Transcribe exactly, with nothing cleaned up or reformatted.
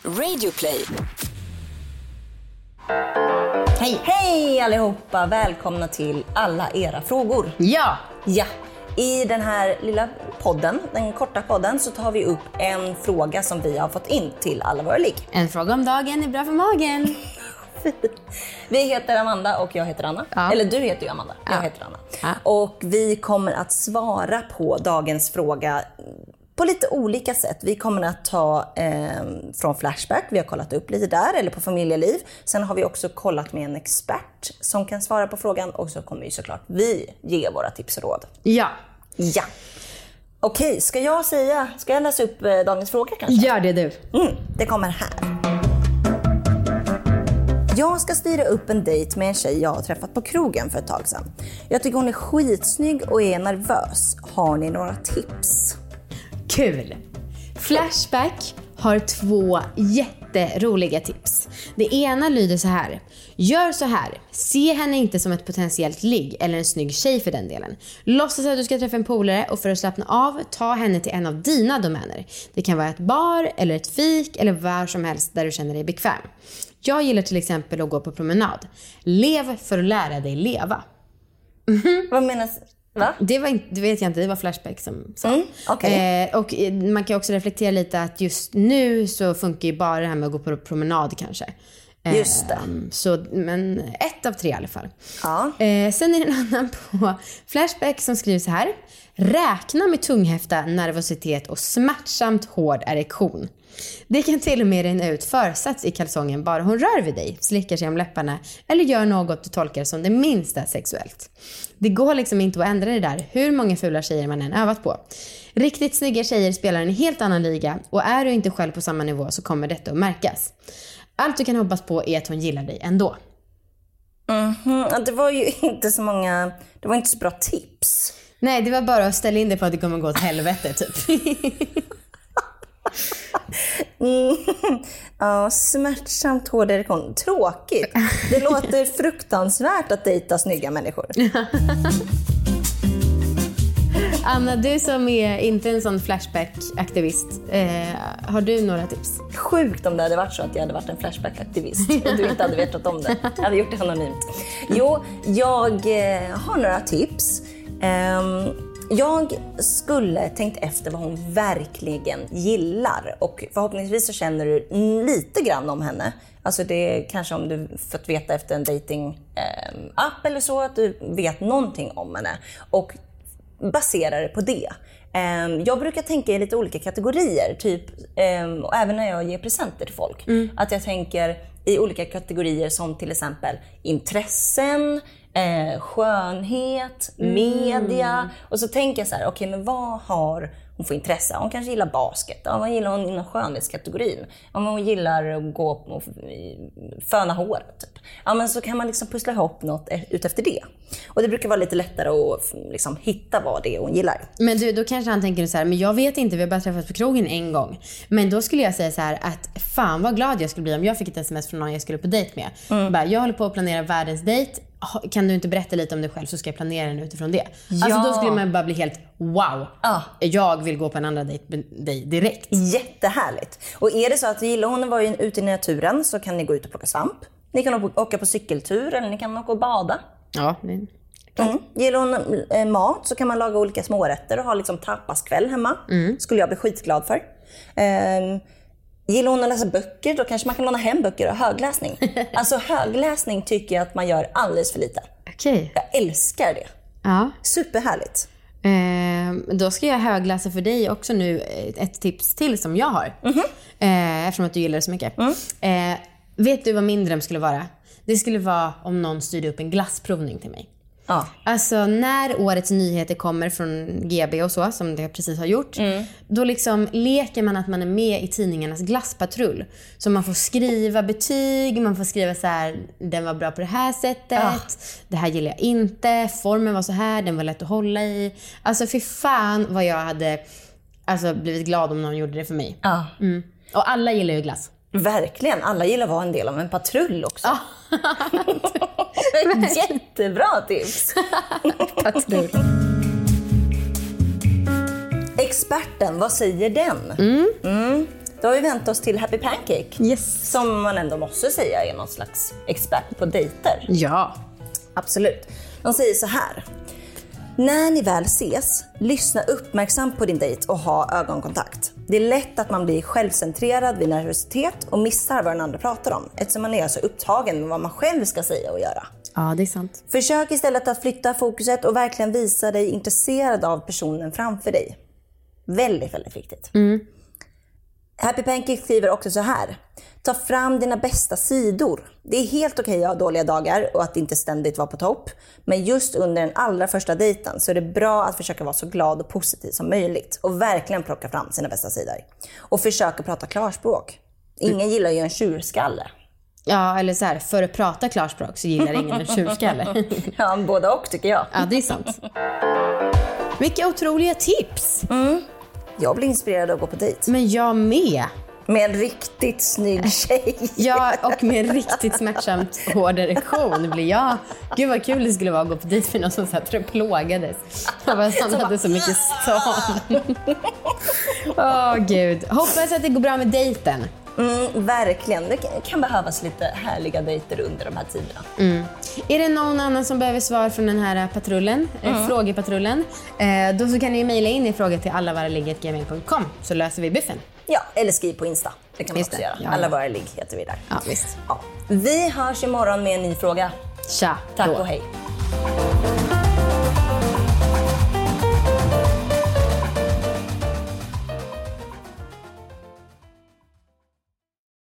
Radioplay. Hej! Hej allihopa! Välkomna till alla era frågor. Ja! Ja, i den här lilla podden, den korta podden, så tar vi upp en fråga som vi har fått in till alla våra ligg. En fråga om dagen är bra för magen. Vi heter Amanda och jag heter Anna. Ja. Eller du heter ju Amanda, jag ja. heter Anna. Ja. Och vi kommer att svara på dagens fråga på lite olika sätt. Vi kommer att ta eh, från Flashback, vi har kollat upp lite där, eller på familjeliv. Sen har vi också kollat med en expert som kan svara på frågan. Och så kommer vi såklart vi ge våra tips och råd. Ja. Ja. Okej, ska jag säga, ska jag läsa upp eh, dagens fråga kanske? Gör det du. Mm, det kommer här. Jag ska styra upp en dejt med en tjej jag har träffat på krogen för ett tag sedan. Jag tycker hon är skitsnygg och är nervös. Har ni några tips? Kul! Flashback har två jätteroliga tips. Det ena lyder så här. Gör så här. Se henne inte som ett potentiellt ligg eller en snygg tjej för den delen. Låtsas att du ska träffa en polare och för att slappna av, ta henne till en av dina domäner. Det kan vara ett bar eller ett fik eller var som helst där du känner dig bekväm. Jag gillar till exempel att gå på promenad. Lev för att lära dig leva. Mm-hmm. Vad menas? Va? Det var inte, det vet jag inte, det var Flashback som sa. Mm, okay. eh, och man kan också reflektera lite att just nu så funkar ju bara det här med att gå på promenad kanske. Eh, just det. Så, men ett av tre i alla fall. Ja. Eh, sen är det en annan på Flashback som skriver så här. Räkna med tunghäfta, nervositet och smärtsamt hård erektion. Det kan till och med rinna ut försats i kalsongen bara hon rör vid dig, slickar sig om läpparna eller gör något du tolkar som det minsta sexuellt. Det går liksom inte att ändra det där hur många fula tjejer man än övat på. Riktigt snygga tjejer spelar en helt annan liga och är du inte själv på samma nivå så kommer detta att märkas. Allt du kan hoppas på är att hon gillar dig ändå. Mm-hmm. Det var ju inte så många, det var inte så bra tips. Nej, det var bara att ställa in det på att det kommer gå åt helvete typ. Mm. Ja, smärtsamt hård erektion. Tråkigt. Det låter fruktansvärt att dejta snygga människor. Anna, du som är inte en sån Flashback-aktivist, eh, har du några tips? Sjukt om det hade varit så att jag hade varit en Flashback-aktivist och du inte hade vetat om det. Jag hade gjort det anonymt. Jo, jag eh, har några tips. Um, Jag skulle tänkt efter vad hon verkligen gillar och förhoppningsvis så känner du lite grann om henne. Alltså det är kanske om du fått veta efter en dating eh, app eller så att du vet någonting om henne och baserar det på det. Eh, jag brukar tänka i lite olika kategorier typ, eh, och även när jag ger presenter till folk. Mm. Att jag tänker i olika kategorier som till exempel intressen, Eh, skönhet, media. Mm. Och så tänker jag så här, okej, okay, men vad har hon för intresse? Hon kanske gillar basket. Ja, vad gillar hon inom skönhetskategorin? Om hon gillar att gå och föna håret typ. Ja, men så kan man liksom pussla ihop något ut efter det. Och det brukar vara lite lättare att liksom hitta vad det är hon gillar. Men du, då kanske han tänker så här, men jag vet inte, vi har bara träffats på krogen en gång. Men då skulle jag säga så här att fan vad glad jag skulle bli om jag fick ett sms från någon jag skulle på dejt med. Mm. Bara, jag håller på att planera världens dejt. Kan du inte berätta lite om dig själv så ska jag planera den utifrån det. Ja. Alltså då skulle man bara bli helt wow. Ah. Jag vill gå på en andra dejt med dig direkt. Jättehärligt. Och är det så att du gillar hon var ute i naturen så kan ni gå ut och plocka svamp. Ni kan åka på cykeltur eller ni kan åka och bada. Ja, det är mm. Gillar hon eh, mat så kan man laga olika smårätter och ha liksom tapaskväll hemma. Mm. Skulle jag bli skitglad för. Um, Gillar hon att läsa böcker, då kanske man kan låna hem böcker och högläsning. Alltså högläsning tycker jag att man gör alldeles för lite. Okej. Okay. Jag älskar det. Ja. Superhärligt. Eh, då ska jag högläsa för dig också nu ett tips till som jag har. Mm-hmm. Eh, eftersom att du gillar det så mycket. Mm. Eh, vet du vad min dröm skulle vara? Det skulle vara om någon styrde upp en glassprovning till mig. Ja. Alltså när årets nyheter kommer från G B och så, som det precis har gjort, mm. då liksom leker man att man är med i tidningarnas glasspatrull. Så man får skriva betyg, man får skriva så här, den var bra på det här sättet, ja. Det här gillar jag inte, formen var så här, den var lätt att hålla i. Alltså för fan vad jag hade alltså, blivit glad om någon gjorde det för mig. Ja. Mm. Och alla gillar ju glass. Verkligen, alla gillar att vara en del av en patrull också. Ja. Jättebra tips. Patrull. Experten, vad säger den? Mm. Mm. Då har vi vänt oss till Happy Pancake. Yes. Som man ändå måste säga är någon slags expert på dejter. Ja. Absolut. De säger så här. När ni väl ses, lyssna uppmärksamt på din dejt och ha ögonkontakt. Det är lätt att man blir självcentrerad vid nervositet och missar vad den andra pratar om. Eftersom man är så upptagen med vad man själv ska säga och göra. Ja, det är sant. Försök istället att flytta fokuset och verkligen visa dig intresserad av personen framför dig. Väldigt, väldigt viktigt. Mm. Happy Pancake skriver också så här. Ta fram dina bästa sidor. Det är helt okej att ha dåliga dagar och att inte ständigt vara på topp. Men just under den allra första dejten så är det bra att försöka vara så glad och positiv som möjligt. Och verkligen plocka fram sina bästa sidor. Och försöka prata klarspråk. Ingen gillar ju en tjurskalle. Ja, eller så här, för att prata klarspråk så gillar ingen en tjurskalle. Ja, båda och tycker jag. Ja, det är sant. Vilka otroliga tips! Mm. Jag blir inspirerad att gå på dejt. Men jag med. Med en riktigt snygg tjej. Ja, och med en riktigt smärtsamt hård erektion blir jag. Gud vad kul det skulle vara att gå på dejt för någon som satt och plågades. Jag bara, han hade så mycket stan. Åh gud. Hoppas att det går bra med dejten. Mm, verkligen. Det kan behövas lite härliga dejter under de här tiderna. Mm. Är det någon annan som behöver svar från den här patrullen, mm. frågepatrullen, eh, då så kan ni mejla in i fråga till allavarligg at gmail punkt com så löser vi biffen. Ja, eller skriv på Insta. Det kan man Just också det. göra. Ja, Alla ja. våra ligg heter vi där. Ja, visst. Ja. Vi hörs imorgon med en ny fråga. Tja, Tack då. och hej.